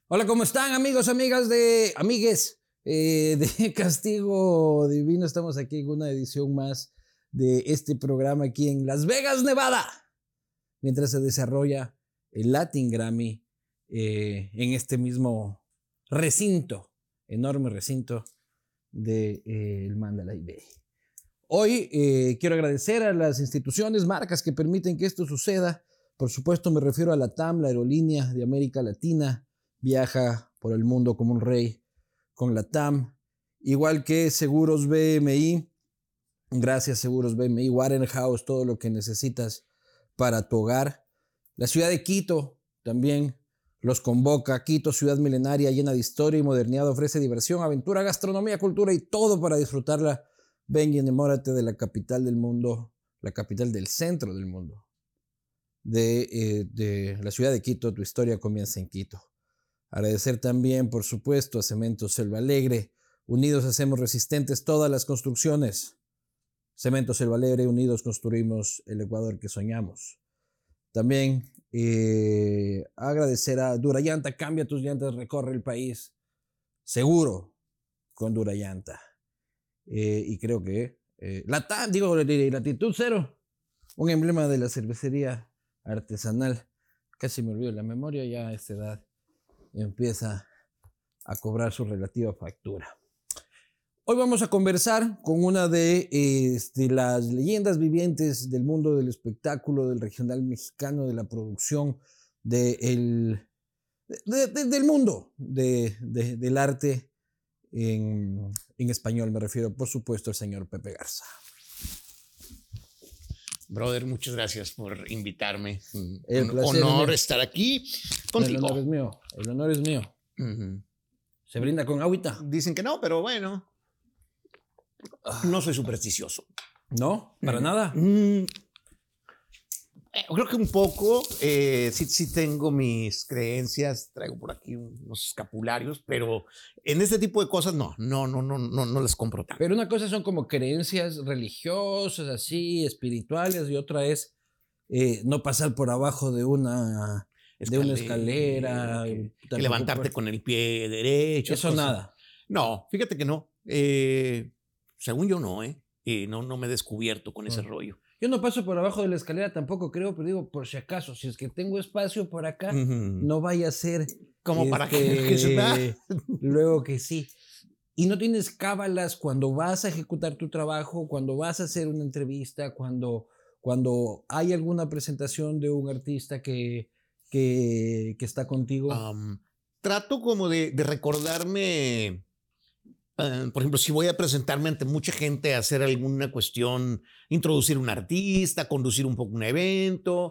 Hola, ¿cómo están amigos, amigas amigues de Castigo Divino? Estamos aquí en una edición más de este programa aquí en Las Vegas, Nevada, mientras se desarrolla el Latin Grammy en este mismo recinto, enorme recinto de el Mandalay Bay. Hoy quiero agradecer a las instituciones, marcas que permiten que esto suceda. Por supuesto me refiero a la TAM, la aerolínea de América Latina. Viaja por el mundo como un rey con la TAM, igual que Seguros BMI. Gracias Seguros BMI, Waterhouse, todo lo que necesitas para tu hogar. La ciudad de Quito también los convoca. Quito, ciudad milenaria llena de historia y modernidad, ofrece diversión, aventura, gastronomía, cultura y todo para disfrutarla. Ven y enamórate de la capital del mundo, la capital del centro del mundo, de la ciudad de Quito. Tu historia comienza en Quito. Agradecer también, por supuesto, a Cemento Selva Alegre. Unidos hacemos resistentes todas las construcciones. Cemento Selva Alegre, unidos construimos el Ecuador que soñamos. También agradecer a Durallanta. Cambia tus llantas, recorre el país seguro con Durallanta. Y creo que Latitud Cero, un emblema de la cervecería artesanal. Casi me olvido la memoria ya a esta edad. Empieza a cobrar su relativa factura. Hoy vamos a conversar con una de las leyendas vivientes del mundo del espectáculo, del regional mexicano, de la producción, del mundo del arte en español. Me refiero, por supuesto, al señor Pepe Garza. Brother, muchas gracias por invitarme. Un placer honor estar aquí contigo. El honor es mío. El honor es mío. ¿Se brinda con agüita? Dicen que no, pero bueno. No soy supersticioso. ¿No? ¿Para nada? Creo que un poco. Sí tengo mis creencias. Traigo por aquí unos escapularios, pero en este tipo de cosas no las compro tanto. Pero una cosa son como creencias religiosas, así, espirituales, y otra es no pasar por abajo de una escalera. Que levantarte con el pie derecho. Eso nada. No, fíjate que no. Según yo no, no me he descubierto con ese rollo. Yo no paso por abajo de la escalera tampoco, creo, pero digo, por si acaso, si es que tengo espacio por acá, no vaya a ser como para que se da. Luego que sí. Y no tienes cábalas cuando vas a ejecutar tu trabajo, cuando vas a hacer una entrevista, cuando hay alguna presentación de un artista que está contigo. Trato como de recordarme. Por ejemplo, si voy a presentarme ante mucha gente, a hacer alguna cuestión, introducir un artista, conducir un poco un evento,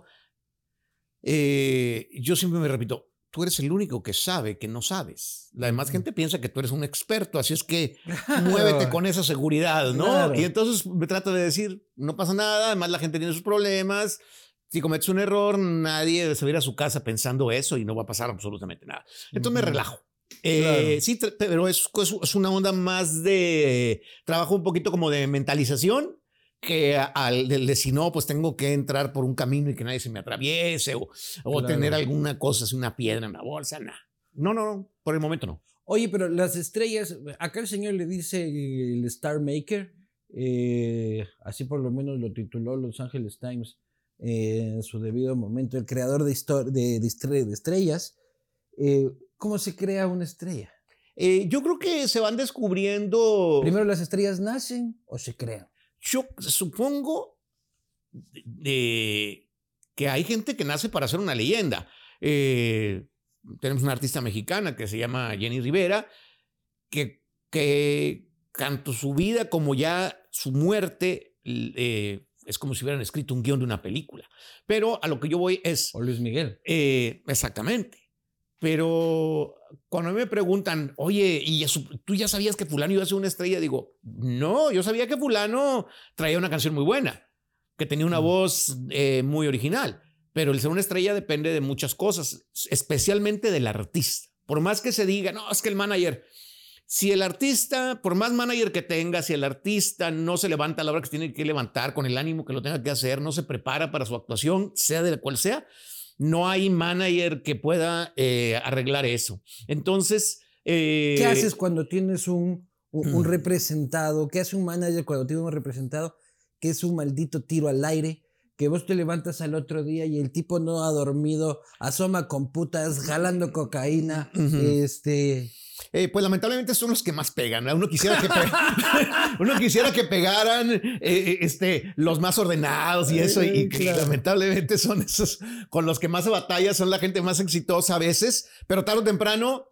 yo siempre me repito, tú eres el único que sabe que no sabes. La demás gente piensa que tú eres un experto, así es que muévete con esa seguridad, ¿no? Claro. Y entonces me trato de decir, no pasa nada, además la gente tiene sus problemas. Si cometes un error, nadie se va a ir a su casa pensando eso y no va a pasar absolutamente nada. Entonces me relajo. Claro. Sí, pero es una onda más de trabajo un poquito como de mentalización que de si no, pues tengo que entrar por un camino y que nadie se me atraviese o claro, tener alguna cosa, así una piedra en la bolsa, nada. No, por el momento no. Oye, pero las estrellas, acá el señor le dice el Star Maker, así por lo menos lo tituló Los Angeles Times en su debido momento, el creador de estrellas. ¿Cómo se crea una estrella? Yo creo que se van descubriendo. ¿Primero las estrellas nacen o se crean? Yo supongo que hay gente que nace para ser una leyenda. Tenemos una artista mexicana que se llama Jenny Rivera, que tanto su vida como ya su muerte es como si hubieran escrito un guión de una película. Pero a lo que yo voy es. O Luis Miguel. Exactamente. Pero cuando me preguntan, oye, ¿y tú ya sabías que fulano iba a ser una estrella? Digo, no, yo sabía que fulano traía una canción muy buena, que tenía una voz muy original, pero el ser una estrella depende de muchas cosas, especialmente del artista. Por más que se diga, no, es que el manager, si el artista, por más manager que tenga, si el artista no se levanta a la hora que se tiene que levantar, con el ánimo que lo tenga que hacer, no se prepara para su actuación, sea de la cual sea, no hay manager que pueda arreglar eso. Entonces... ¿qué haces cuando tienes un representado? ¿Qué hace un manager cuando tiene un representado que es un maldito tiro al aire? Que vos te levantas al otro día y el tipo no ha dormido, asoma con putas, jalando cocaína, pues lamentablemente son los que más pegan. Uno quisiera que, uno quisiera que pegaran los más ordenados y eso, y claro, lamentablemente son esos con los que más se batalla, son la gente más exitosa a veces, pero tarde o temprano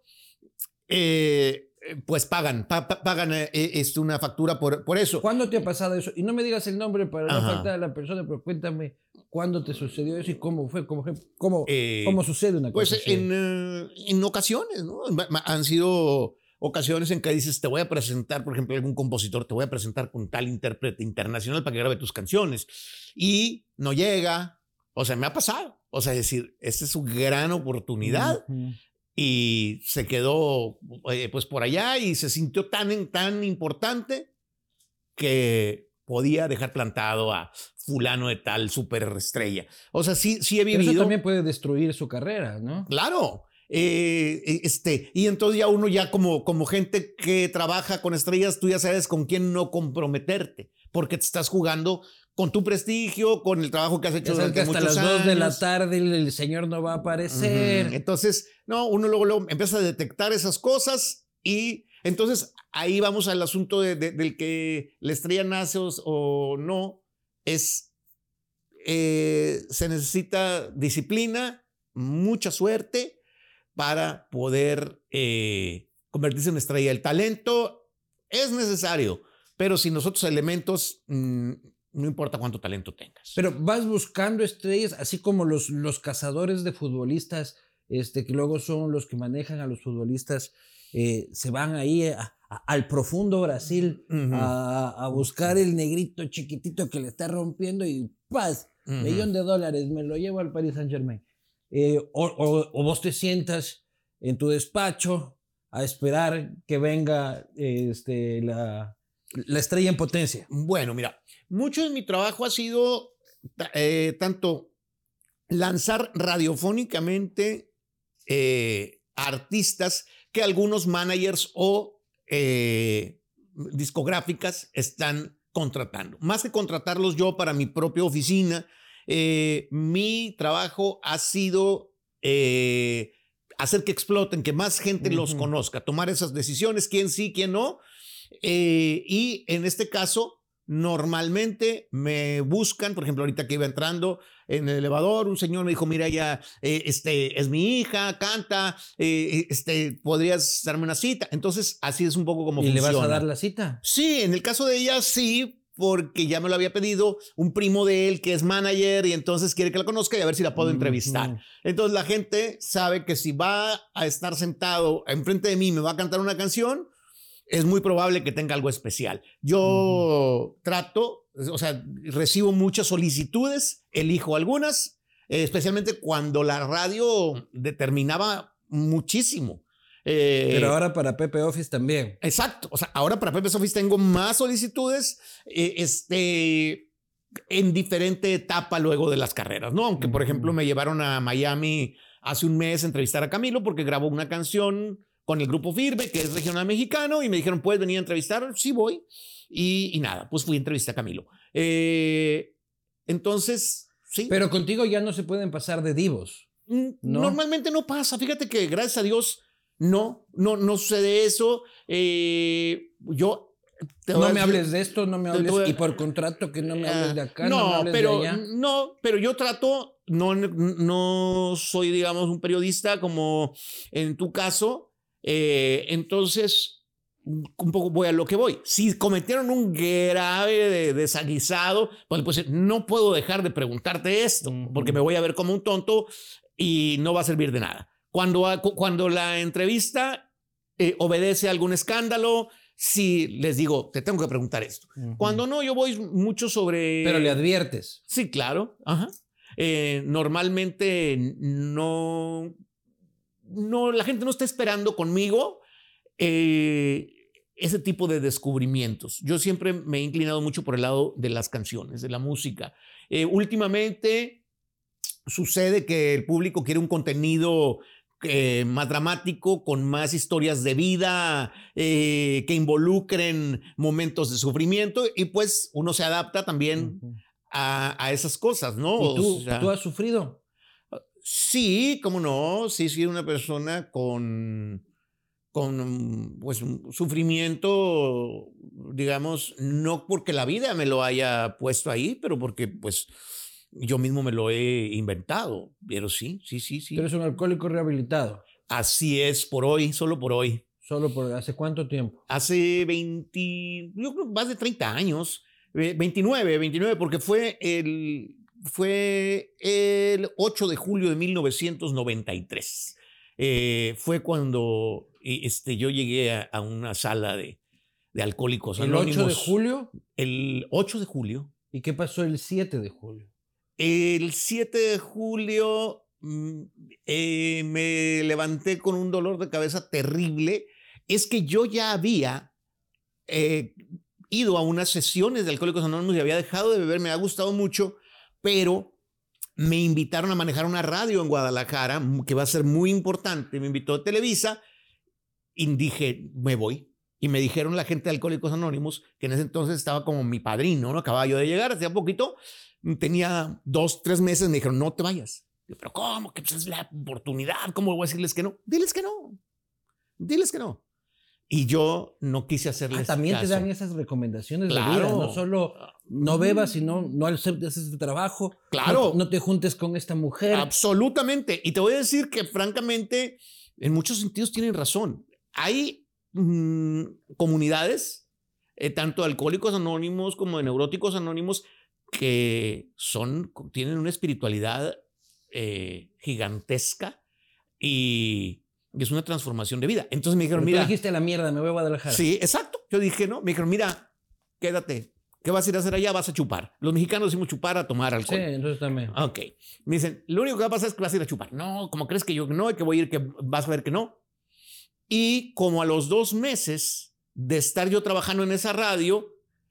pues pagan una factura por eso. ¿Cuándo te ha pasado eso? Y no me digas el nombre para no faltar a la persona, pero cuéntame cuándo te sucedió eso y cómo fue, cómo sucede una cosa pues así. En ocasiones, ¿no? Han sido ocasiones en que dices, te voy a presentar, por ejemplo, algún compositor, te voy a presentar con tal intérprete internacional para que grabe tus canciones, y no llega. O sea, me ha pasado. O sea, es decir, esta es su gran oportunidad. Y se quedó pues por allá y se sintió tan importante que podía dejar plantado a fulano de tal superestrella. O sea, sí he vivido. Pero eso también puede destruir su carrera, ¿no? Claro. Y entonces ya uno como gente que trabaja con estrellas, tú ya sabes con quién no comprometerte, porque te estás jugando con tu prestigio, con el trabajo que has hecho durante muchos años. Hasta las 2 de la tarde el señor no va a aparecer. Entonces, no, uno luego empieza a detectar esas cosas, y entonces ahí vamos al asunto del que la estrella nace o no. Se necesita disciplina, mucha suerte para poder convertirse en estrella. El talento es necesario, pero sin los otros elementos, no importa cuánto talento tengas. Pero vas buscando estrellas, así como los cazadores de futbolistas, que luego son los que manejan a los futbolistas, se van ahí al profundo Brasil a buscar el negrito chiquitito que le está rompiendo y ¡paz! $1,000,000, me lo llevo al Paris Saint-Germain. O vos te sientas en tu despacho a esperar que venga la estrella en potencia. Bueno, mira, mucho de mi trabajo ha sido tanto lanzar radiofónicamente artistas que algunos managers o discográficas están contratando. Más que contratarlos yo para mi propia oficina, mi trabajo ha sido hacer que exploten, que más gente los conozca, tomar esas decisiones, quién sí, quién no. Y en este caso, normalmente me buscan, por ejemplo, ahorita que iba entrando en el elevador, un señor me dijo, mira, ya, es mi hija, canta, ¿podrías darme una cita? Entonces, así es un poco como funciona. ¿Y le vas a dar la cita? Sí, en el caso de ella, sí, porque ya me lo había pedido un primo de él que es manager y entonces quiere que la conozca y a ver si la puedo entrevistar. Entonces la gente sabe que si va a estar sentado enfrente de mí y me va a cantar una canción, es muy probable que tenga algo especial. Yo trato, o sea, recibo muchas solicitudes, elijo algunas, especialmente cuando la radio determinaba muchísimo. Pero ahora para Pepe Office también. Exacto. O sea, ahora para Pepe Office tengo más solicitudes en diferente etapa luego de las carreras, ¿no? Aunque, por ejemplo, me llevaron a Miami hace un mes a entrevistar a Camilo porque grabó una canción con el grupo Firme, que es regional mexicano, y me dijeron, ¿puedes venir a entrevistar? Sí, voy. Y nada, pues fui a entrevistar a Camilo. Entonces, sí. Pero contigo ya no se pueden pasar de divos, ¿no? Normalmente no pasa. Fíjate que gracias a Dios no sucede eso. No me hables de esto, no me hables, y por contrato que no me hables de acá, no me hables de allá. No, pero yo trato, no soy, digamos, un periodista como en tu caso. Entonces, un poco voy a lo que voy. Si cometieron un grave desaguisado, pues no puedo dejar de preguntarte esto, porque me voy a ver como un tonto y no va a servir de nada. Cuando la entrevista obedece a algún escándalo, sí les digo, te tengo que preguntar esto. Cuando no, yo voy mucho sobre... Pero le adviertes. Sí, claro. Normalmente no, la gente no está esperando conmigo ese tipo de descubrimientos. Yo siempre me he inclinado mucho por el lado de las canciones, de la música. Últimamente sucede que el público quiere un contenido más dramático, con más historias de vida, que involucren momentos de sufrimiento, y pues uno se adapta también a esas cosas, ¿no? ¿Y tú, o sea, tú has sufrido? Sí, cómo no, sí, sí, una persona con pues, un sufrimiento, digamos, no porque la vida me lo haya puesto ahí, pero porque pues yo mismo me lo he inventado. Pero sí, sí, sí, Tú sí. eres un alcohólico rehabilitado. Así es por hoy, solo por hoy. ¿Solo por hace cuánto tiempo? Hace 20, yo creo más de 30 años, 29, porque fue el 8 de julio de 1993. Fue cuando yo llegué a una sala de Alcohólicos ¿El 8 de Anónimos. julio? El 8 de julio. ¿Y qué pasó el 7 de julio? El 7 de julio me levanté con un dolor de cabeza terrible. Es que yo ya había ido a unas sesiones de Alcohólicos Anónimos y había dejado de beber, me ha gustado mucho, pero me invitaron a manejar una radio en Guadalajara, que va a ser muy importante. Me invitó Televisa y dije, me voy. Y me dijeron la gente de Alcohólicos Anónimos, que en ese entonces estaba como mi padrino, ¿no? Acababa yo de llegar, hacía poquito, tenía 2, 3 meses, me dijeron, no te vayas. Yo, pero ¿cómo? Que pues es la oportunidad, ¿cómo voy a decirles que no? Diles que no, diles que no. Y yo no quise hacerles también caso. te dan esas recomendaciones Claro. de vida, no solo no bebas, sino no aceptes este trabajo, Claro. no te juntes con esta mujer. Absolutamente. Y te voy a decir que francamente, en muchos sentidos tienen razón. Hay comunidades, tanto de Alcohólicos Anónimos como de Neuróticos Anónimos, que tienen una espiritualidad gigantesca y es una transformación de vida. Entonces me dijeron, Pero mira. tú dijiste a la mierda, me voy a Guadalajara. Sí, exacto. Yo dije, no. Me dijeron, mira, quédate. ¿Qué vas a ir a hacer allá? Vas a chupar. Los mexicanos decimos chupar a tomar alcohol. Sí, entonces también. Ok. Me dicen, lo único que va a pasar es que vas a ir a chupar. No, ¿cómo crees que yo no? Que voy a ir, que vas a ver que no. Y como a los 2 meses de estar yo trabajando en esa radio,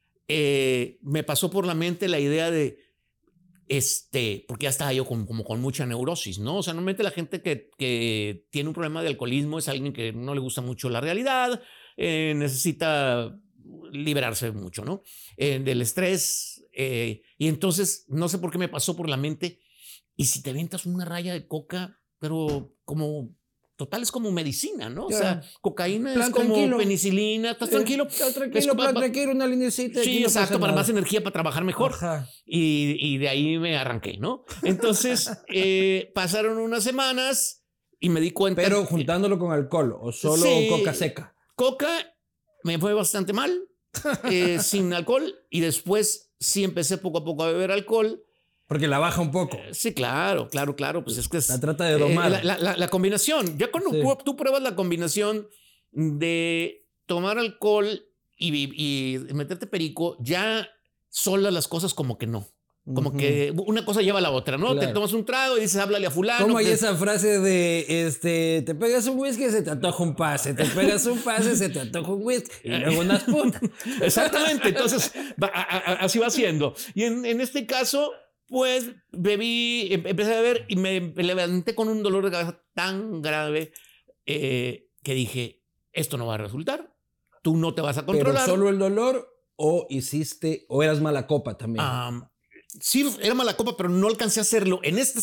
me pasó por la mente la idea de, porque ya estaba yo como con mucha neurosis, ¿no? O sea, normalmente la gente que tiene un problema de alcoholismo es alguien que no le gusta mucho la realidad, necesita liberarse mucho, ¿no? Del estrés. Y entonces, no sé por qué me pasó por la mente, y si te avientas una raya de coca, pero como... Total, es como medicina, ¿no? Ya. O sea, cocaína Plan es como tranquilo. Estás tranquilo. Estás tranquilo, plan tranquilo, una linecita. Sí, no exacto, pasa para nada. más energía, para trabajar mejor. Ajá. Y de ahí me arranqué, ¿no? Entonces, pasaron unas semanas y me di cuenta. Pero juntándolo con alcohol o solo Sí. coca seca. Coca me fue bastante mal, sin alcohol, y después sí empecé poco a poco a beber alcohol. Porque la baja un poco. Sí, claro. Pues es que es... La trata de domar. La combinación. Ya cuando Sí. tú pruebas la combinación de tomar alcohol y meterte perico, ya solas las cosas como que no. Como que una cosa lleva a la otra, ¿no? Claro. Te tomas un trago y dices, háblale a fulano. ¿Cómo hay esa frase de te pegas un whisky, se te antoja un pase, te pegas un pase, se te antoja un whisky y luego unas putas? Exactamente, entonces así va siendo. Y en este caso, pues empecé a beber y me levanté con un dolor de cabeza tan grave que dije, esto no va a resultar, tú no te vas a controlar. ¿Pero solo el dolor o eras mala copa también? Sí, era mala copa, pero no alcancé a hacerlo. En esta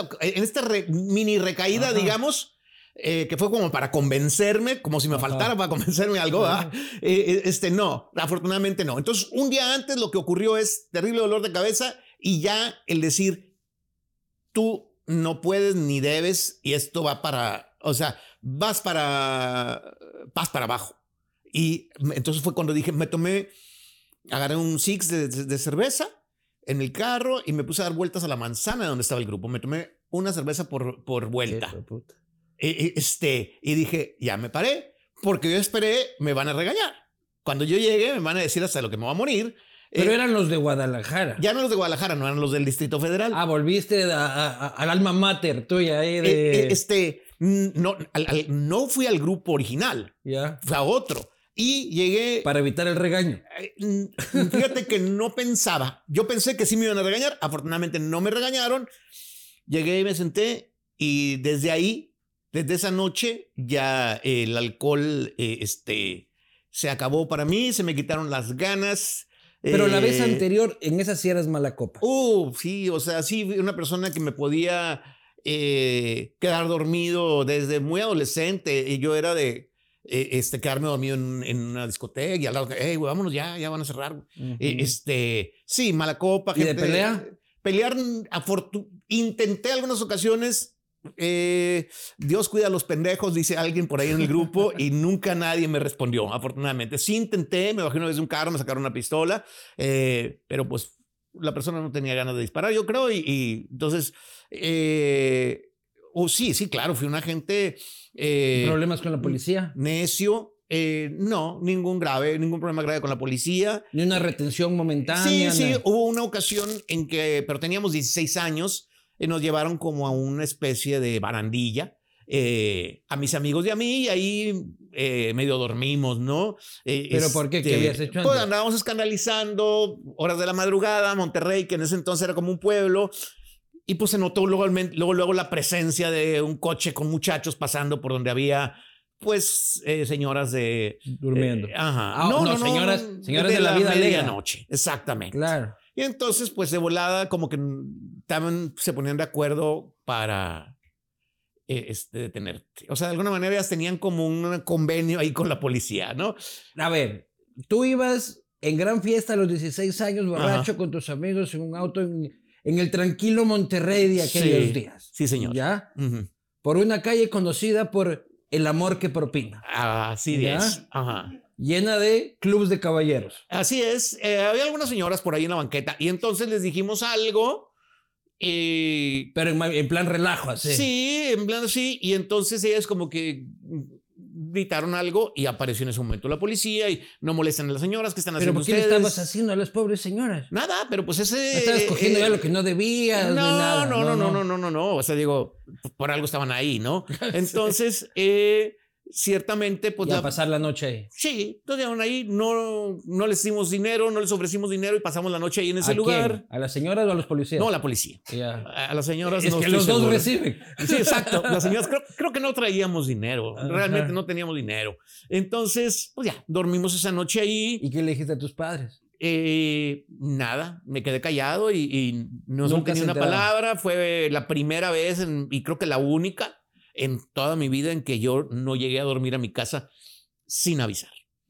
mini recaída, Ajá. digamos, que fue como para convencerme, como si me faltara para convencerme algo, ¿verdad? No, afortunadamente no. Entonces, un día antes lo que ocurrió es terrible dolor de cabeza y ya el decir, tú no puedes ni debes y esto va para, o sea, vas para abajo. Y entonces fue cuando dije, agarré un six de cerveza en el carro y me puse a dar vueltas a la manzana donde estaba el grupo. Me tomé una cerveza por vuelta. Y dije, ya me paré, porque yo esperé, me van a regañar. Cuando yo llegue, me van a decir hasta lo que me va a morir. Pero eran los de Guadalajara. Ya no los de Guadalajara, no eran los del Distrito Federal. Volviste al alma mater tuya ahí de... No fui al grupo original, Ya. fue a otro. Y llegué... Para evitar el regaño. Fíjate que no pensaba. Yo pensé que sí me iban a regañar. Afortunadamente no me regañaron. Llegué y me senté y desde ahí, desde esa noche, ya el alcohol se acabó para mí, se me quitaron las ganas. Pero la vez anterior, en esa sí eras mala copa. Sí, o sea, sí, una persona que me podía quedar dormido desde muy adolescente. Y yo era de quedarme dormido en una discoteca y al lado, hey, güey, vámonos ya van a cerrar. Sí, mala copa. ¿Y de pelea? Pelear, intenté algunas ocasiones. Dios cuida a los pendejos, dice alguien por ahí en el grupo, y nunca nadie me respondió, afortunadamente. Sí intenté, me bajé una vez de un carro, me sacaron una pistola, pero pues la persona no tenía ganas de disparar, yo creo, y entonces, sí, claro, fui un agente. ¿Problemas con la policía? Necio. No, ningún problema grave con la policía. ¿Ni una retención momentánea? Sí, hubo una ocasión en que, pero teníamos 16 años, nos llevaron como a una especie de barandilla, a mis amigos y a mí, y ahí medio dormimos, ¿no? ¿Pero por qué? ¿Qué habías hecho antes? Pues andábamos escandalizando, horas de la madrugada, Monterrey, que en ese entonces era como un pueblo, y pues se notó luego la presencia de un coche con muchachos pasando por donde había, pues, señoras durmiendo. No, señoras de la vida alegre. Medianoche, exactamente. Claro. Y entonces, pues de volada, como que se ponían de acuerdo para detenerte. O sea, de alguna manera ellas tenían como un convenio ahí con la policía, ¿no? A ver, tú ibas en gran fiesta a los 16 años, borracho, con tus amigos en un auto en el tranquilo Monterrey de aquellos días. Sí, señor. ¿Ya? Por una calle conocida por el amor que propina. Así es. Ajá. Llena de clubes de caballeros. Así es. Había algunas señoras por ahí en la banqueta y entonces les dijimos algo. Pero en plan relajo, así. Sí, en plan así. Y entonces ellas como que gritaron algo y apareció en ese momento la policía y no molestan a las señoras que están haciendo ustedes. ¿Pero por qué le estabas haciendo a las pobres señoras? Nada, pero pues ese... Estabas cogiendo ya lo que no debías. No. O sea, digo, por algo estaban ahí, ¿no? Entonces... ciertamente, pues... Y a pasar la noche ahí. Sí, entonces ahí no les dimos dinero, no les ofrecimos dinero y pasamos la noche ahí en ese lugar. ¿A las señoras o a los policías? No, a la policía. A las señoras es no que los dos seguro. reciben. Sí, exacto. Las señoras creo que no traíamos dinero. Realmente no teníamos dinero. Entonces, pues ya, dormimos esa noche ahí. ¿Y qué le dijiste a tus padres? Nada, me quedé callado y no solté ni una palabra. Fue la primera vez y creo que la única en toda mi vida en que yo no llegué a dormir a mi casa sin avisar.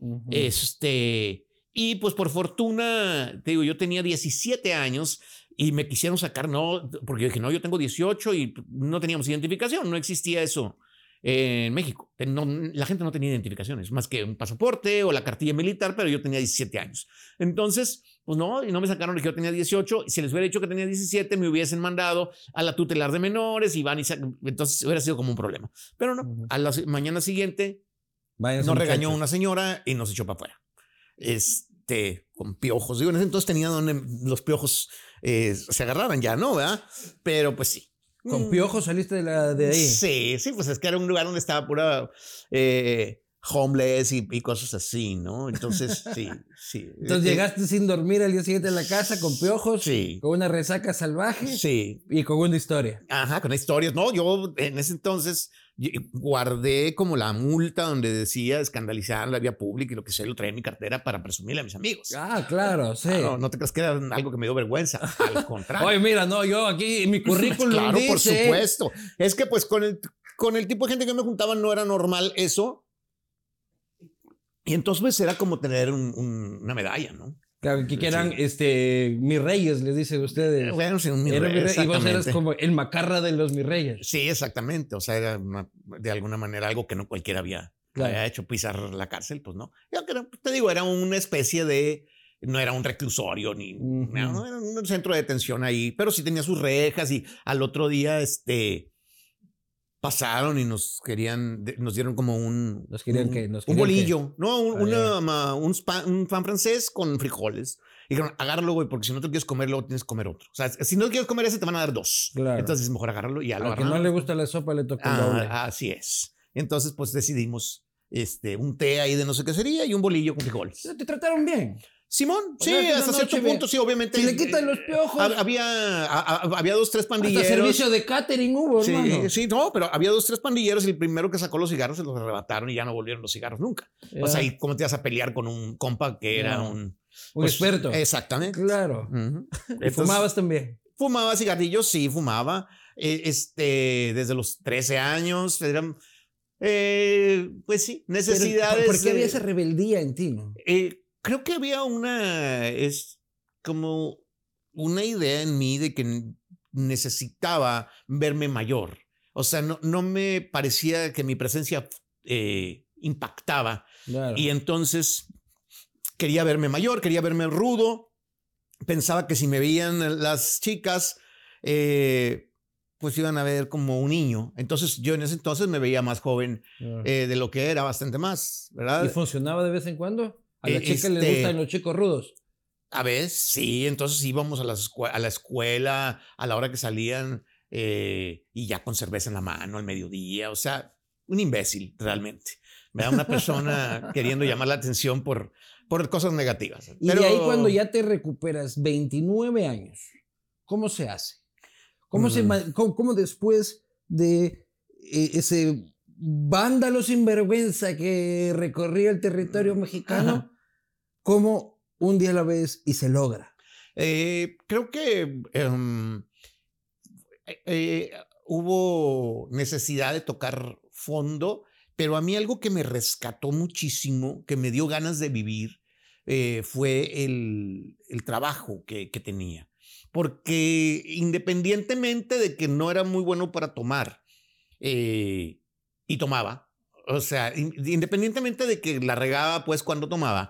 Y pues por fortuna, te digo, yo tenía 17 años y me quisieron sacar, no, porque yo dije, no, yo tengo 18 y no teníamos identificación, no existía eso en México. La gente no tenía identificaciones, más que un pasaporte o la cartilla militar, pero yo tenía 17 años. Entonces, pues no, y no me sacaron de que yo tenía 18. Si les hubiera dicho que tenía 17, me hubiesen mandado a la tutelar de menores y entonces hubiera sido como un problema. Pero no, a la mañana siguiente nos regañó una señora y nos echó para afuera. Con piojos. Digo, en ese entonces tenía donde los piojos se agarraran ya, ¿no? ¿Verdad? Pero pues sí. ¿Con piojos saliste de ahí? Sí, pues es que era un lugar donde estaba pura homeless y cosas así, ¿no? Entonces, sí. Entonces llegaste sin dormir al día siguiente a la casa con piojos, sí, con una resaca salvaje, sí, y con una historia. Ajá, con historias. No, yo en ese entonces guardé como la multa donde decía escandalizar la vía pública y lo que sea, lo traía en mi cartera para presumirle a mis amigos. Claro, sí. No te creas que era algo que me dio vergüenza, al contrario. Oye, mira, no, yo aquí en mi currículum claro, dice... por supuesto. Es que pues con el tipo de gente que me juntaba no era normal eso. Y entonces pues era como tener una medalla, ¿no? Claro, que eran mis reyes, les dicen ustedes. Bueno, sí, un mi rey, y vos eras como el macarra de los mis reyes. Sí, exactamente. O sea, era de alguna manera algo que no cualquiera había hecho, pisar la cárcel, pues no. Yo te digo, era una especie de... No era un reclusorio ni... no, era un centro de detención ahí, pero sí tenía sus rejas y al otro día, pasaron y nos dieron como un bolillo, ¿no? Un pan francés con frijoles. Y dijeron, agárralo, güey, porque si no te quieres comer, luego tienes que comer otro. O sea, si no quieres comer ese, te van a dar dos. Claro. Entonces es mejor agárralo y ya lo agarramos. A quien no le gusta la sopa, le toca el doble. Así es. Entonces, pues decidimos un té ahí de no sé qué sería y un bolillo con frijoles. ¿Te trataron bien? Simón, sí, sea, hasta cierto punto, sí, obviamente. Se le quitan los piojos. Había 2, 3 pandilleros. Hasta servicio de catering hubo, sí, hermano. Sí, no, pero había 2, 3 pandilleros y el primero que sacó los cigarros se los arrebataron y ya no volvieron los cigarros nunca. O sea, ¿y cómo te vas a pelear con un compa que era un experto? Exactamente. Claro. ¿Y fumabas también? Fumaba cigarrillos, sí, fumaba. Desde los 13 años, eran, pues sí, necesidades. ¿Por qué había esa rebeldía en ti, no? Creo que había como una idea en mí de que necesitaba verme mayor. O sea, no me parecía que mi presencia impactaba. Claro. Y entonces quería verme mayor, quería verme rudo. Pensaba que si me veían las chicas, pues iban a ver como un niño. Entonces yo en ese entonces me veía más joven de lo que era, bastante más, ¿verdad? ¿Y funcionaba de vez en cuando? ¿A las chicas les gustan los chicos rudos? A veces, sí. Entonces íbamos a la escuela a la hora que salían y ya con cerveza en la mano al mediodía. O sea, un imbécil realmente. Me da una persona queriendo llamar la atención por cosas negativas. Y de ahí cuando ya te recuperas, 29 años, ¿cómo se hace? ¿Cómo después de ese vándalo sinvergüenza que recorría el territorio mexicano, cómo un día a la vez y se logra? Creo que hubo necesidad de tocar fondo, pero a mí algo que me rescató muchísimo, que me dio ganas de vivir, fue el trabajo que tenía. Porque independientemente de que no era muy bueno para tomar, y tomaba, o sea, independientemente de que la regaba pues cuando tomaba,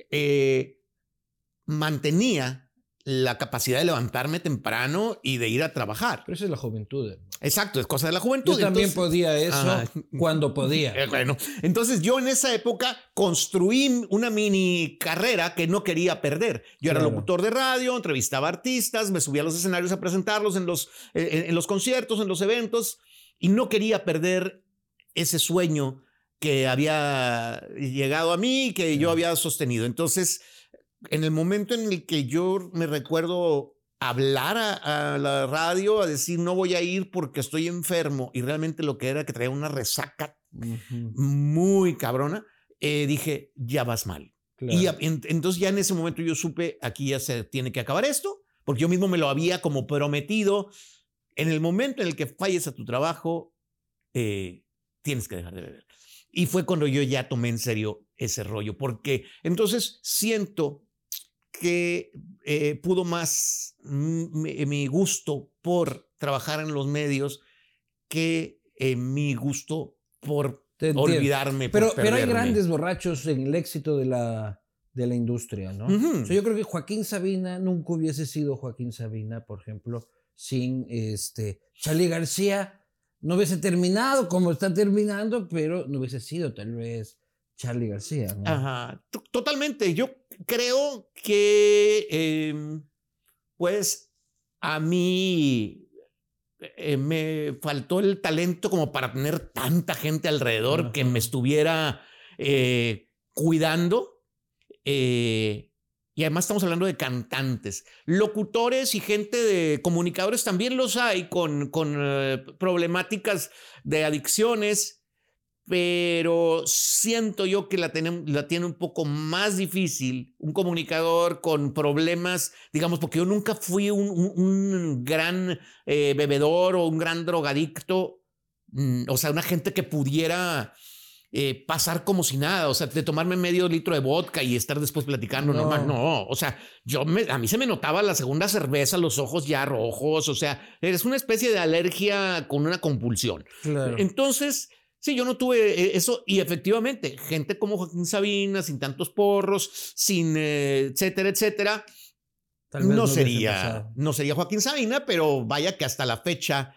mantenía la capacidad de levantarme temprano y de ir a trabajar. Pero esa es la juventud. Exacto, es cosa de la juventud. Yo también podía eso cuando podía. Bueno, entonces yo en esa época construí una mini carrera que no quería perder. Yo era locutor de radio, entrevistaba artistas, me subía a los escenarios a presentarlos en los conciertos, en los eventos, y no quería perder ese sueño que había llegado a mí y que yo había sostenido. Entonces, en el momento en el que yo me recuerdo hablar a la radio, a decir no voy a ir porque estoy enfermo, y realmente lo que era que traía una resaca muy cabrona, dije, ya vas mal. Claro. Y entonces ya en ese momento yo supe, aquí ya se tiene que acabar esto, porque yo mismo me lo había como prometido. En el momento en el que falles a tu trabajo, tienes que dejar de beber. Y fue cuando yo ya tomé en serio ese rollo, porque entonces siento que pudo más mi gusto por trabajar en los medios que mi gusto por olvidarme. Pero hay grandes borrachos en el éxito de la industria, ¿no? O sea, yo creo que Joaquín Sabina nunca hubiese sido Joaquín Sabina, por ejemplo, sin Charly García. No hubiese terminado como está terminando, pero no hubiese sido tal vez Charly García, ¿no? Ajá, totalmente. Yo creo que, pues, a mí me faltó el talento como para tener tanta gente alrededor que me estuviera cuidando. Y además estamos hablando de cantantes, locutores y gente de comunicadores también los hay con problemáticas de adicciones, pero siento yo que la tiene un poco más difícil un comunicador con problemas, digamos, porque yo nunca fui un gran bebedor o un gran drogadicto, o sea, una gente que pudiera pasar como si nada, o sea, de tomarme medio litro de vodka y estar después platicando normal. No, o sea, a mí se me notaba la segunda cerveza, los ojos ya rojos, o sea, es una especie de alergia con una compulsión. Claro. Entonces, sí, yo no tuve eso, y efectivamente, gente como Joaquín Sabina, sin tantos porros, sin etcétera, etcétera, no sería Joaquín Sabina, pero vaya que hasta la fecha,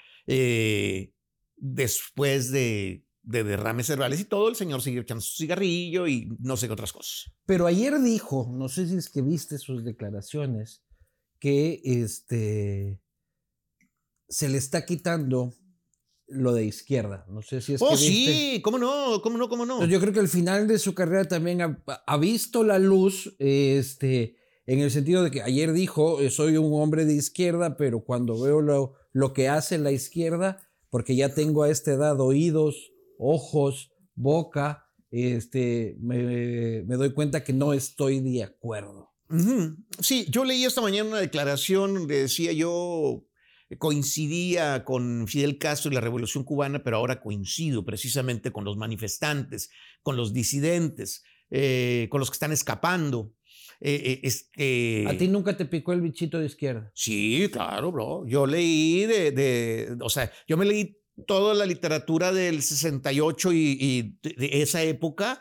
después de derrames cerebrales y todo, el señor sigue echando su cigarrillo y no sé qué otras cosas. Pero ayer dijo, no sé si es que viste sus declaraciones, que se le está quitando lo de izquierda. No sé si es Oh, que sí, viste. cómo no, cómo no, cómo no. Entonces, yo creo que al final de su carrera también ha visto la luz, en el sentido de que ayer dijo, soy un hombre de izquierda, pero cuando veo lo que hace la izquierda, porque ya tengo a esta edad oídos, ojos, boca, me doy cuenta que no estoy de acuerdo. Sí, yo leí esta mañana una declaración donde decía yo coincidía con Fidel Castro y la Revolución Cubana, pero ahora coincido precisamente con los manifestantes, con los disidentes, con los que están escapando. ¿A ti nunca te picó el bichito de izquierda? Sí, claro, bro. Yo leí o sea, yo me leí toda la literatura del 68 y de esa época,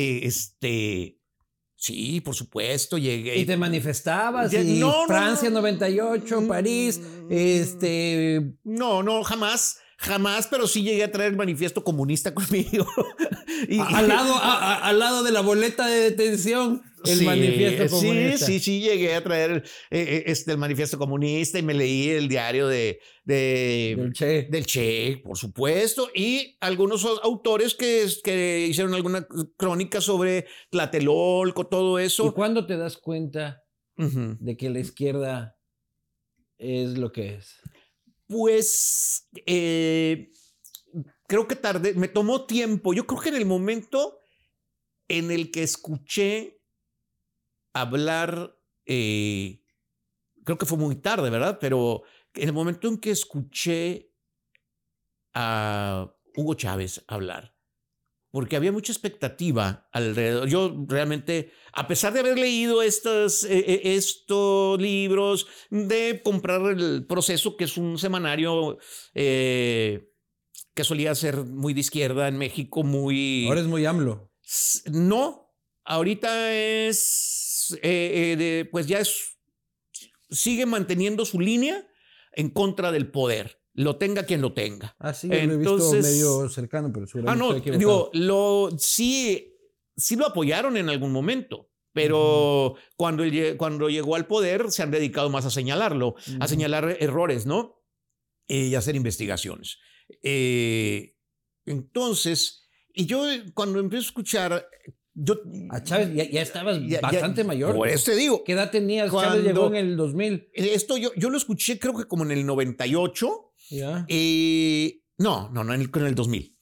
sí, por supuesto, llegué. Y te manifestabas y No, Francia 98, París, No, jamás, jamás, pero sí llegué a traer el manifiesto comunista conmigo. al lado de la boleta de detención, el manifiesto comunista. Sí, llegué a traer el manifiesto comunista y me leí el diario del Che. Del Che, por supuesto, y algunos autores que hicieron alguna crónica sobre Tlatelolco, todo eso. ¿Y cuándo te das cuenta de que la izquierda es lo que es? Pues creo que tardé, me tomó tiempo. Yo creo que en el momento en el que escuché hablar, creo que fue muy tarde, ¿verdad? Pero en el momento en que escuché a Hugo Chávez hablar, porque había mucha expectativa alrededor. Yo realmente, a pesar de haber leído estos libros, de comprar El Proceso, que es un semanario que solía ser muy de izquierda en México, Ahora es muy AMLO. No, ahorita pues ya sigue manteniendo su línea en contra del poder. Lo tenga quien lo tenga. Ah, sí, yo lo he visto medio cercano, pero seguramente estoy equivocado. Digo, sí lo apoyaron en algún momento, pero cuando llegó al poder se han dedicado más a señalarlo, a señalar errores, ¿no? Y hacer investigaciones. Entonces, y yo cuando empiezo a escuchar... A Chávez ya estabas bastante mayor. Por eso te digo. ¿Qué edad tenías? Chávez llegó en el 2000. Esto yo lo escuché creo que como en el 98. Ya. No, en el 2000.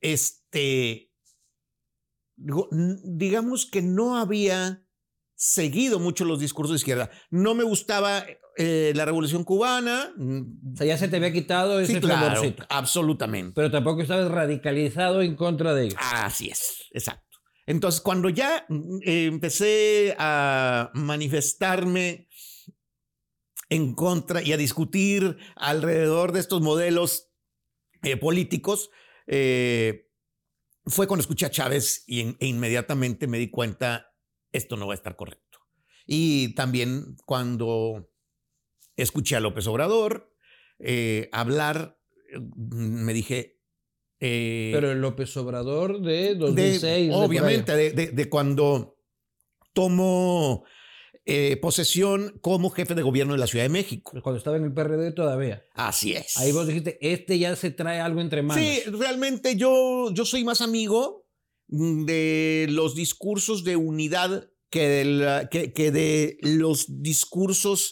Digamos que no había seguido mucho los discursos de izquierda. No me gustaba la Revolución Cubana. O sea, ya se te había quitado ese flavorcito. Claro, absolutamente. Pero tampoco estabas radicalizado en contra de ellos. Así es, exacto. Entonces, cuando ya empecé a manifestarme en contra y a discutir alrededor de estos modelos políticos, fue cuando escuché a Chávez e inmediatamente me di cuenta, esto no va a estar correcto. Y también cuando escuché a López Obrador hablar, me dije... pero el López Obrador de 2006. Obviamente, de cuando tomó posesión como jefe de gobierno de la Ciudad de México. Pues cuando estaba en el PRD todavía. Así es. Ahí vos dijiste, ya se trae algo entre manos. Sí, realmente yo soy más amigo de los discursos de unidad que de los discursos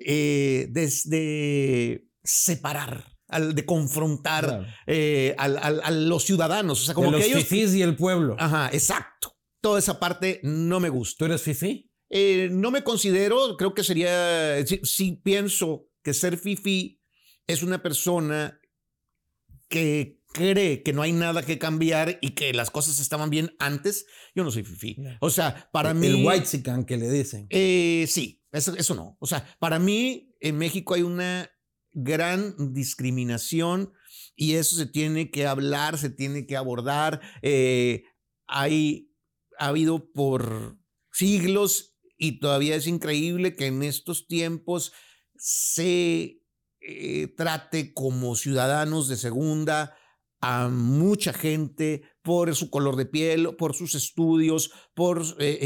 de separar, de confrontar, claro, a los ciudadanos. O sea, como de que los fifís y el pueblo. Ajá, exacto. Toda esa parte no me gusta. ¿Tú eres fifí? No me considero, creo que sería, sí pienso que ser fifí es una persona que cree que no hay nada que cambiar y que las cosas estaban bien antes. Yo no soy fifí. O sea, para mí... El whitezican que le dicen. Sí, eso no. O sea, para mí en México hay una gran discriminación y eso se tiene que hablar, se tiene que abordar. Ha habido por siglos y todavía es increíble que en estos tiempos se trate como ciudadanos de segunda a mucha gente por su color de piel, por sus estudios, por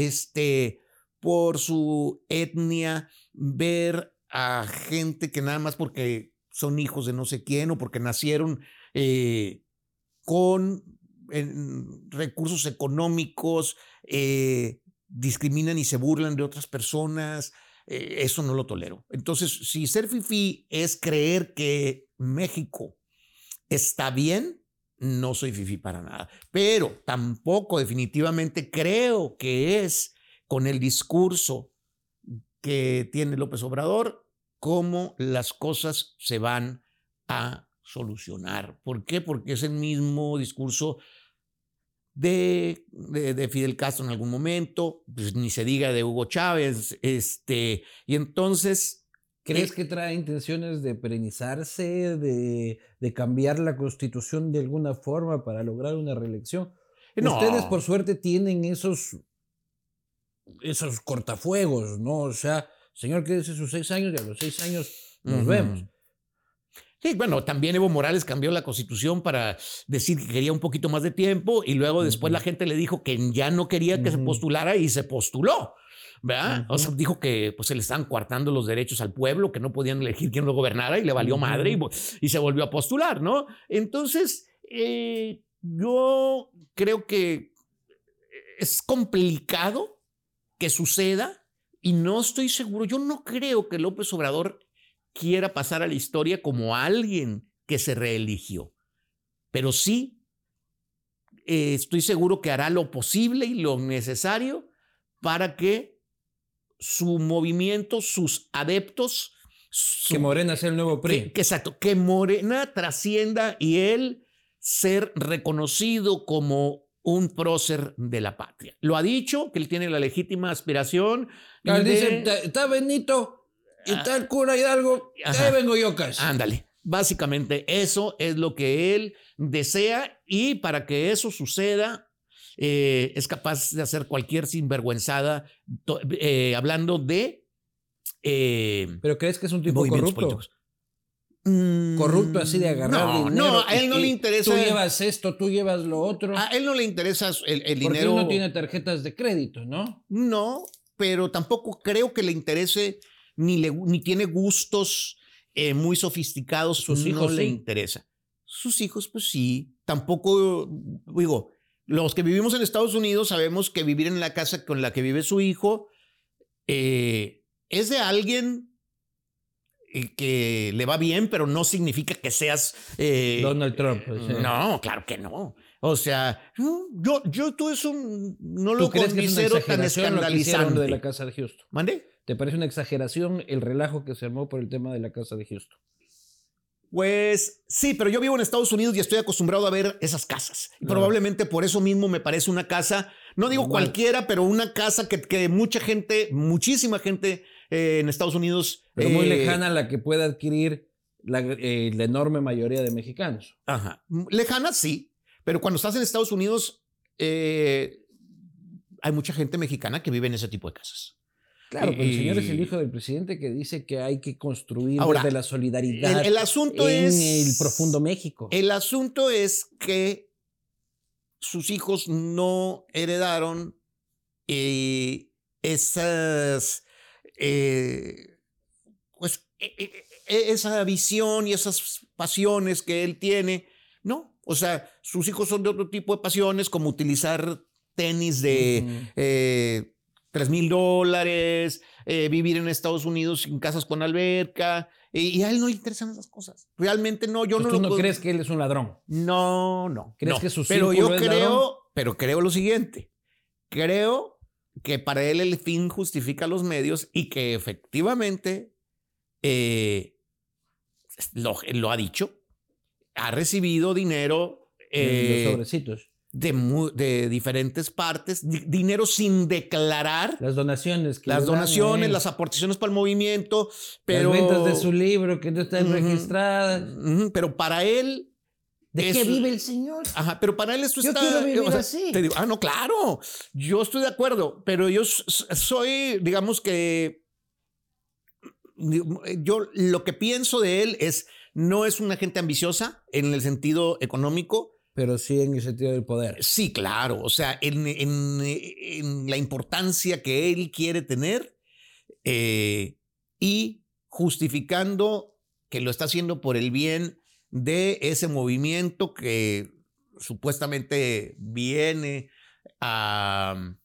su etnia, ver a gente que nada más porque son hijos de no sé quién o porque nacieron con recursos económicos, discriminan y se burlan de otras personas. Eso no lo tolero. Entonces, si ser fifí es creer que México está bien, no soy fifí para nada. Pero tampoco definitivamente creo que es con el discurso que tiene López Obrador cómo las cosas se van a solucionar. ¿Por qué? Porque es el mismo discurso de Fidel Castro en algún momento, pues ni se diga de Hugo Chávez, y entonces... ¿Crees que trae intenciones de perenizarse, de cambiar la Constitución de alguna forma para lograr una reelección? No. Ustedes, por suerte, tienen esos cortafuegos, ¿no? O sea, señor, quédese sus 6 años y a los 6 años nos vemos. Sí, bueno, también Evo Morales cambió la Constitución para decir que quería un poquito más de tiempo y luego después la gente le dijo que ya no quería que se postulara y se postuló, ¿verdad? O sea, dijo que pues, se le estaban coartando los derechos al pueblo, que no podían elegir quién lo gobernara y le valió madre y se volvió a postular, ¿no? Entonces, yo creo que es complicado que suceda y no estoy seguro. Yo no creo que López Obrador quiera pasar a la historia como alguien que se reeligió. Pero sí, estoy seguro que hará lo posible y lo necesario para que su movimiento, sus adeptos... que Morena sea el nuevo PRI. Exacto, que Morena trascienda y él ser reconocido como un prócer de la patria. Lo ha dicho, que él tiene la legítima aspiración. Dice, está Benito... y tal cura Hidalgo, ahí vengo yo casi. Ándale. Básicamente eso es lo que él desea y para que eso suceda es capaz de hacer cualquier sinvergüenzada hablando de... ¿Pero crees que es un tipo corrupto? Corrupto así de agarrar dinero. No, a él no le interesa. Tú llevas esto, tú llevas lo otro. A él no le interesa el dinero. Porque él no tiene tarjetas de crédito, ¿no? No, pero tampoco creo que le interese... Ni tiene gustos muy sofisticados. Sus hijos no le interesa. Sus hijos, pues sí. Tampoco, digo, los que vivimos en Estados Unidos sabemos que vivir en la casa con la que vive su hijo es de alguien que le va bien, pero no significa que seas... Donald Trump. No, claro que no. O sea, yo todo eso no lo considero tan escandalizante. De la casa de Houston. ¿Mande? ¿Te parece una exageración el relajo que se armó por el tema de la casa de Houston? Pues sí, pero yo vivo en Estados Unidos y estoy acostumbrado a ver esas casas. Y probablemente por eso mismo me parece una casa, no digo cualquiera, pero una casa que mucha gente, muchísima gente en Estados Unidos... Pero muy lejana a la que pueda adquirir la enorme mayoría de mexicanos. Ajá. Lejana sí, pero cuando estás en Estados Unidos hay mucha gente mexicana que vive en ese tipo de casas. Claro, pero el señor es el hijo del presidente que dice que hay que construir desde la solidaridad el asunto en el profundo México. El asunto es que sus hijos no heredaron esas, pues, esa visión y esas pasiones que él tiene. No, o sea, sus hijos son de otro tipo de pasiones, como utilizar tenis de... $3,000, vivir en Estados Unidos en casas con alberca, y a él no le interesan esas cosas. Realmente no, yo pues no. ¿Tú no crees que él es un ladrón? No. ¿Crees que su pero yo es creo, ladrón? Pero creo lo siguiente. Creo que para él el fin justifica los medios y que efectivamente lo ha dicho. Ha recibido dinero. Los sobrecitos. De diferentes partes, dinero sin declarar. Las donaciones. Las donaciones, las aportaciones para el movimiento. Pero, las ventas de su libro que no están registradas. Pero para él... ¿De qué vive el señor? Ajá, pero para él esto yo está... Yo quiero vivir así. Te digo, no, claro. Yo estoy de acuerdo, pero yo soy, digamos que... Yo lo que pienso de él es, no es una gente ambiciosa en el sentido económico, pero sí en el sentido del poder. Sí, claro. O sea, en la importancia que él quiere tener y justificando que lo está haciendo por el bien de ese movimiento que supuestamente viene a,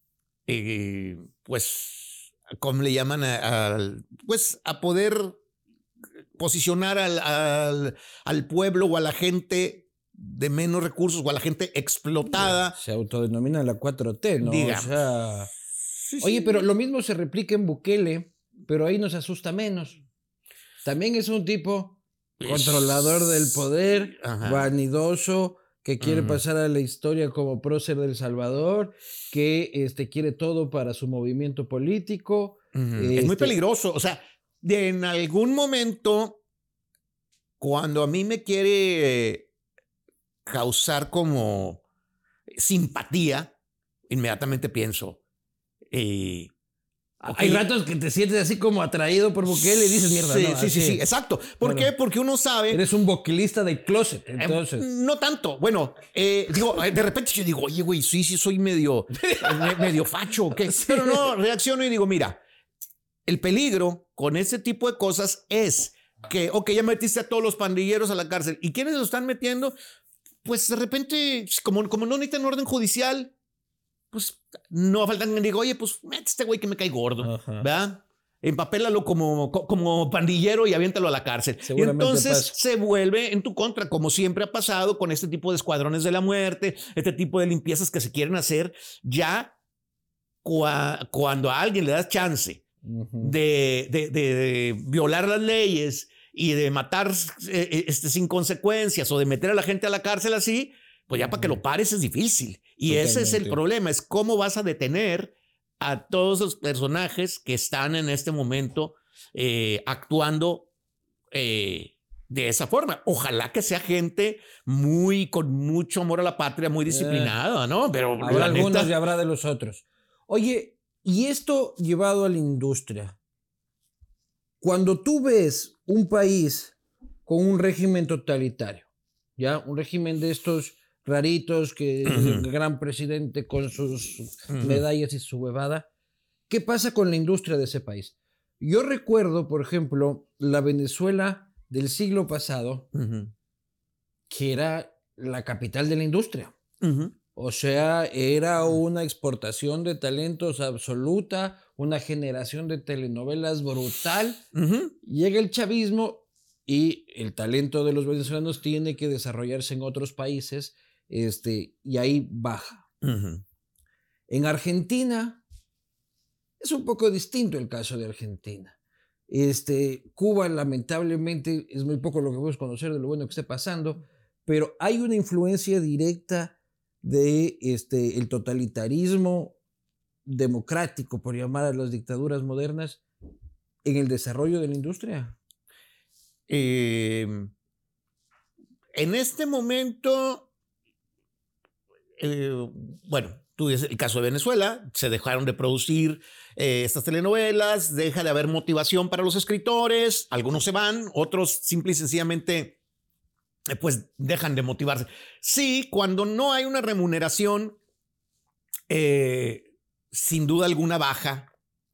pues, ¿cómo le llaman? Pues a poder posicionar al pueblo o a la gente de menos recursos o a la gente explotada. Se autodenomina la 4T, ¿no? Digamos. O sea, Sí, oye, sí. pero lo mismo se replica en Bukele, pero ahí nos asusta menos. También es un tipo controlador del poder, Ajá. vanidoso, que quiere pasar a la historia como prócer del Salvador, que quiere todo para su movimiento político. Es muy peligroso. O sea, en algún momento, cuando a mí me quiere causar como simpatía, inmediatamente pienso, Hay okay, ratos que te sientes así como atraído por Bukele y dices, mierda, sí, no. sí, exacto. ¿Por qué? Porque uno sabe... Eres un bukelista de closet, entonces. No tanto. Bueno, digo, de repente yo digo, oye, güey, sí, soy medio facho, ¿o qué? Pero no, reacciono y digo, mira, el peligro con ese tipo de cosas es que, ok, ya metiste a todos los pandilleros a la cárcel. ¿Y quiénes lo están metiendo? Pues de repente, como no necesitan orden judicial, pues no faltan que diga, oye, pues mete este güey que me cae gordo, ¿verdad? Empapélalo como pandillero y aviéntalo a la cárcel. Y entonces se vuelve en tu contra, como siempre ha pasado con este tipo de escuadrones de la muerte, este tipo de limpiezas que se quieren hacer. Ya cuando a alguien le das chance de violar las leyes y de matar sin consecuencias o de meter a la gente a la cárcel así, pues ya para que lo pares es difícil. Y ese es el problema, es cómo vas a detener a todos los personajes que están en este momento actuando de esa forma. Ojalá que sea gente con mucho amor a la patria, muy disciplinada, ¿no? Pero habrá algunos y habrá de los otros. Oye, y esto llevado a la industria. Cuando tú ves un país con un régimen totalitario, ¿ya? Un régimen de estos raritos, que el gran presidente con sus medallas y su huevada, ¿qué pasa con la industria de ese país? Yo recuerdo, por ejemplo, la Venezuela del siglo pasado, que era la capital de la industria. O sea, era una exportación de talentos absoluta, una generación de telenovelas brutal. Llega el chavismo y el talento de los venezolanos tiene que desarrollarse en otros países, y ahí baja. En Argentina es un poco distinto el caso de Argentina. Cuba, lamentablemente, es muy poco lo que podemos conocer de lo bueno que esté pasando, pero hay una influencia directa de el totalitarismo democrático, por llamar a las dictaduras modernas, en el desarrollo de la industria. En este momento, bueno, tú dices el caso de Venezuela, se dejaron de producir estas telenovelas, deja de haber motivación para los escritores, algunos se van, otros simple y sencillamente pues dejan de motivarse. Sí, cuando no hay una remuneración, sin duda alguna bajan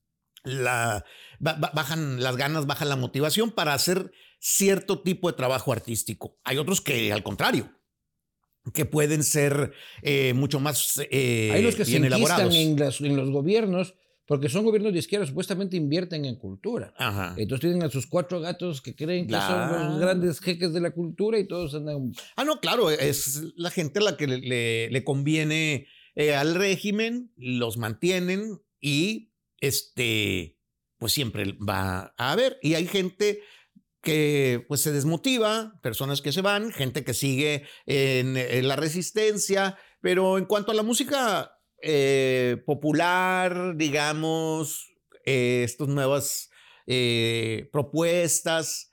las ganas, baja la motivación para hacer cierto tipo de trabajo artístico. Hay otros que al contrario, que pueden ser mucho más hay los que se elaborados. En los gobiernos, porque son gobiernos de izquierda, supuestamente invierten en cultura. Entonces tienen a sus 4 gatos que creen que son los grandes jeques de la cultura y todos andan... no, claro, es la gente a la que le conviene al régimen, los mantienen y pues siempre va a haber. Y hay gente que pues se desmotiva, personas que se van, gente que sigue en la resistencia, pero en cuanto a la música popular, digamos, estas nuevas propuestas,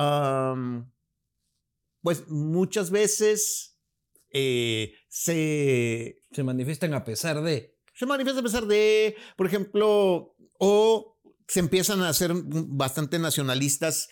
pues muchas veces se manifiestan a pesar de... Se manifiesta a pesar de, por ejemplo, o se empiezan a hacer bastante nacionalistas,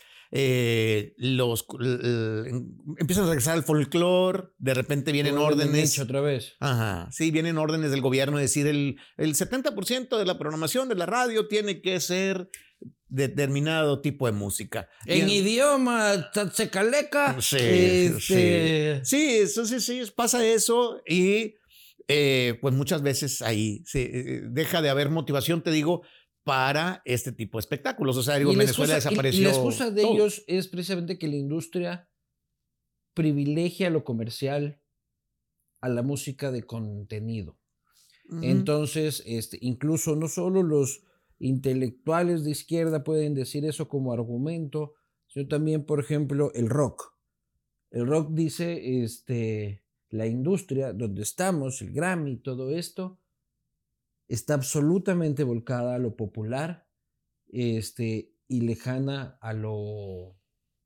empiezan a regresar al folclore, de repente vienen órdenes. Otra vez. Sí, vienen órdenes del gobierno, es decir, el 70% de la programación de la radio tiene que ser determinado tipo de música. En idioma tlaxcaleca. Sí, sí, pasa eso y pues muchas veces ahí deja de haber motivación, te digo, para este tipo de espectáculos. O sea, digo, en Venezuela desapareció. Y la excusa de ellos es precisamente que la industria privilegia lo comercial a la música de contenido. Entonces, incluso no solo los intelectuales de izquierda pueden decir eso como argumento, sino también, por ejemplo, el rock. El rock dice, la industria donde estamos, el Grammy, todo esto, está absolutamente volcada a lo popular, y lejana a lo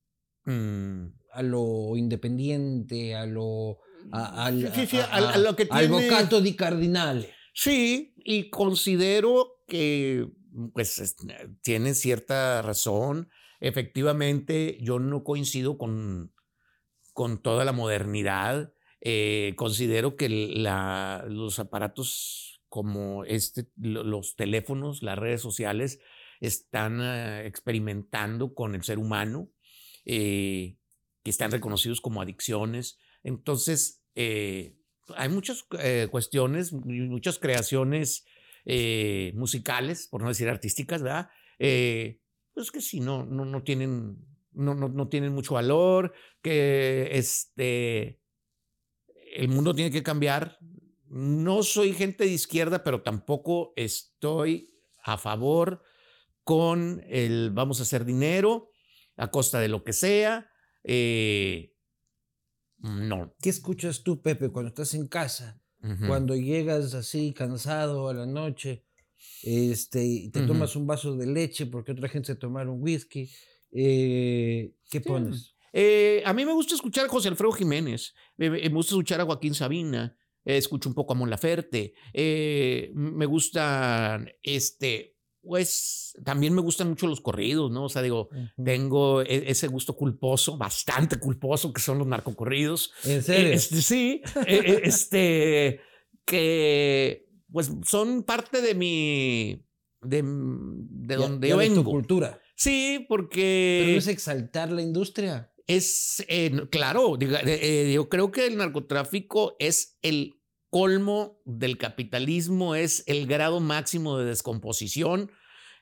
independiente, a lo que tiene, al bocato di cardinale. Sí, y considero que pues tiene cierta razón. Efectivamente, yo no coincido con toda la modernidad. Considero que los aparatos como los teléfonos, las redes sociales, están experimentando con el ser humano, que están reconocidos como adicciones. Entonces, hay muchas cuestiones, muchas creaciones musicales, por no decir artísticas, ¿verdad? Pues que sí, no tienen mucho valor, que el mundo tiene que cambiar. No soy gente de izquierda, pero tampoco estoy a favor con el vamos a hacer dinero a costa de lo que sea. No. ¿Qué escuchas tú, Pepe, cuando estás en casa? Cuando llegas así cansado a la noche, y te tomas un vaso de leche porque otra gente se tomara un whisky, ¿qué pones? A mí me gusta escuchar a José Alfredo Jiménez, me gusta escuchar a Joaquín Sabina, escucho un poco a Mon Laferte, me gustan pues también me gustan mucho los corridos, ¿no? O sea, digo, tengo ese gusto culposo, bastante culposo, que son los narcocorridos. ¿En serio? Sí, que pues son parte de donde yo vengo. De tu cultura. Sí, porque... Pero no es exaltar la industria. Claro, yo creo que el narcotráfico es el colmo del capitalismo, es el grado máximo de descomposición,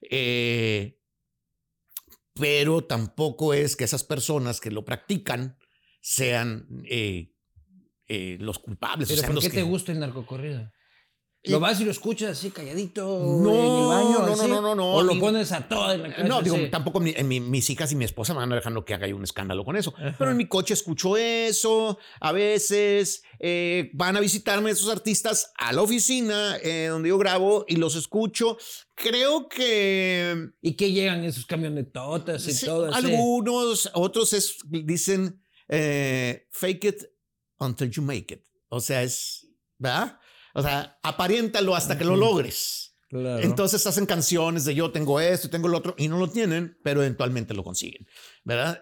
pero tampoco es que esas personas que lo practican sean los culpables. ¿Pero o sea, por qué te gusta el narcocorrido? ¿Lo vas y lo escuchas así calladito en el baño? No. ¿O lo pones a toda en la casa? No, digo, tampoco mis hijas y mi esposa me van dejando que haga yo un escándalo con eso. Ajá. Pero en mi coche escucho eso. A veces van a visitarme esos artistas a la oficina donde yo grabo y los escucho. Creo que... ¿Y qué llegan esos camionetotas y todo? Algunos, otros dicen fake it until you make it. O sea, ¿verdad? O sea, aparéntalo hasta que lo logres. Claro. Entonces hacen canciones de yo tengo esto, tengo lo otro, y no lo tienen, pero eventualmente lo consiguen, ¿verdad?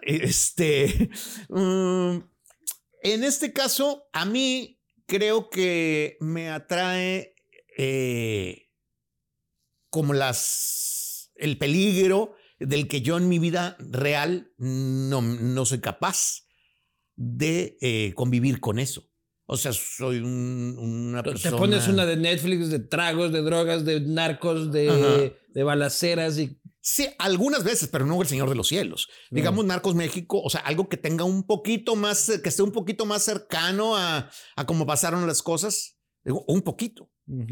En este caso, a mí creo que me atrae como el peligro del que yo en mi vida real no soy capaz de convivir con eso. O sea, soy una persona... Te pones una de Netflix, de tragos, de drogas, de narcos, de balaceras y... Sí, algunas veces, pero no El Señor de los Cielos. Digamos Narcos México, o sea, algo que tenga un poquito más, que esté un poquito más cercano a cómo pasaron las cosas. Un poquito.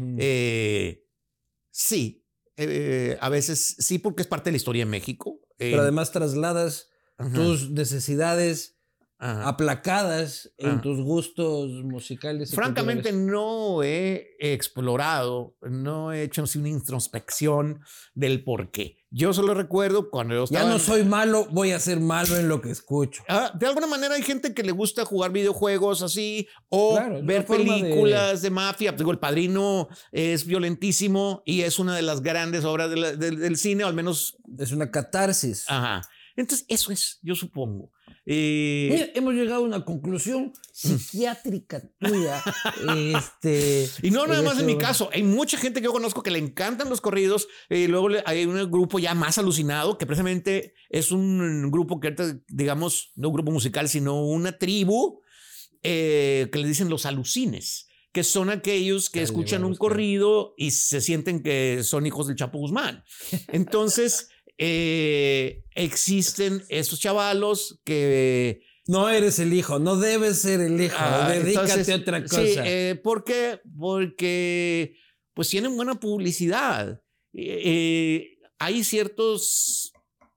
Sí, a veces sí, porque es parte de la historia de México. Pero además trasladas tus necesidades aplacadas en tus gustos musicales. Francamente, no he explorado, no he hecho así una introspección del por qué. Yo solo recuerdo cuando yo estaba... Ya no soy malo, voy a ser malo en lo que escucho. De alguna manera hay gente que le gusta jugar videojuegos así o ver películas de mafia. Digo, El Padrino es violentísimo y es una de las grandes obras del cine, o al menos... Es una catarsis. Ajá. Entonces, eso es, yo supongo. Mira, hemos llegado a una conclusión psiquiátrica tuya. Y no nada más en mi caso. Hay mucha gente que yo conozco que le encantan los corridos. Y luego hay un grupo ya más alucinado que precisamente es un grupo que, digamos, no un grupo musical, sino una tribu que le dicen los alucines, que son aquellos que escuchan un corrido y se sienten que son hijos del Chapo Guzmán. Entonces, existen estos chavalos que... No eres el hijo, no debes ser el hijo, dedícate a otra cosa. Sí, ¿por qué? Porque pues tienen buena publicidad. Hay ciertos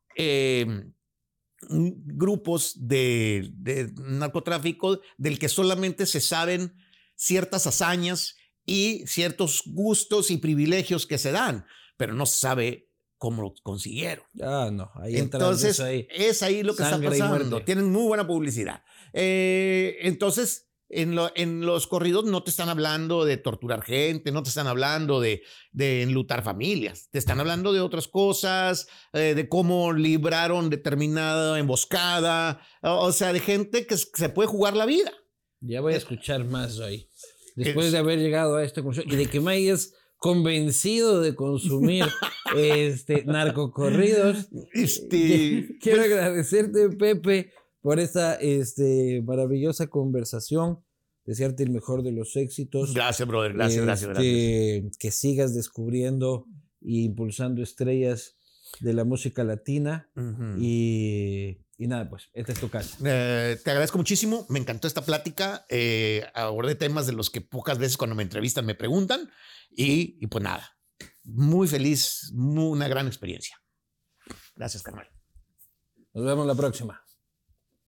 grupos de narcotráfico del que solamente se saben ciertas hazañas y ciertos gustos y privilegios que se dan, pero no se sabe cómo lo consiguieron. No, ahí entonces es ahí lo que está pasando. Tienen muy buena publicidad. Entonces, en los corridos no te están hablando de torturar gente, no te están hablando de enlutar familias, te están hablando de otras cosas, de cómo libraron determinada emboscada, o sea, de gente que se puede jugar la vida. Ya voy a escuchar más hoy. Después de haber llegado a esta conclusión y de que me hayas convencido de consumir narcocorridos. Quiero agradecerte, Pepe, por esta maravillosa conversación. Desearte el mejor de los éxitos. Gracias, brother. Gracias. Que sigas descubriendo e impulsando estrellas de la música latina. Y nada, pues, esta es tu casa. Te agradezco muchísimo. Me encantó esta plática. Abordé temas de los que pocas veces cuando me entrevistan me preguntan. Y pues nada, muy feliz, una gran experiencia. Gracias, carnal. Nos vemos la próxima.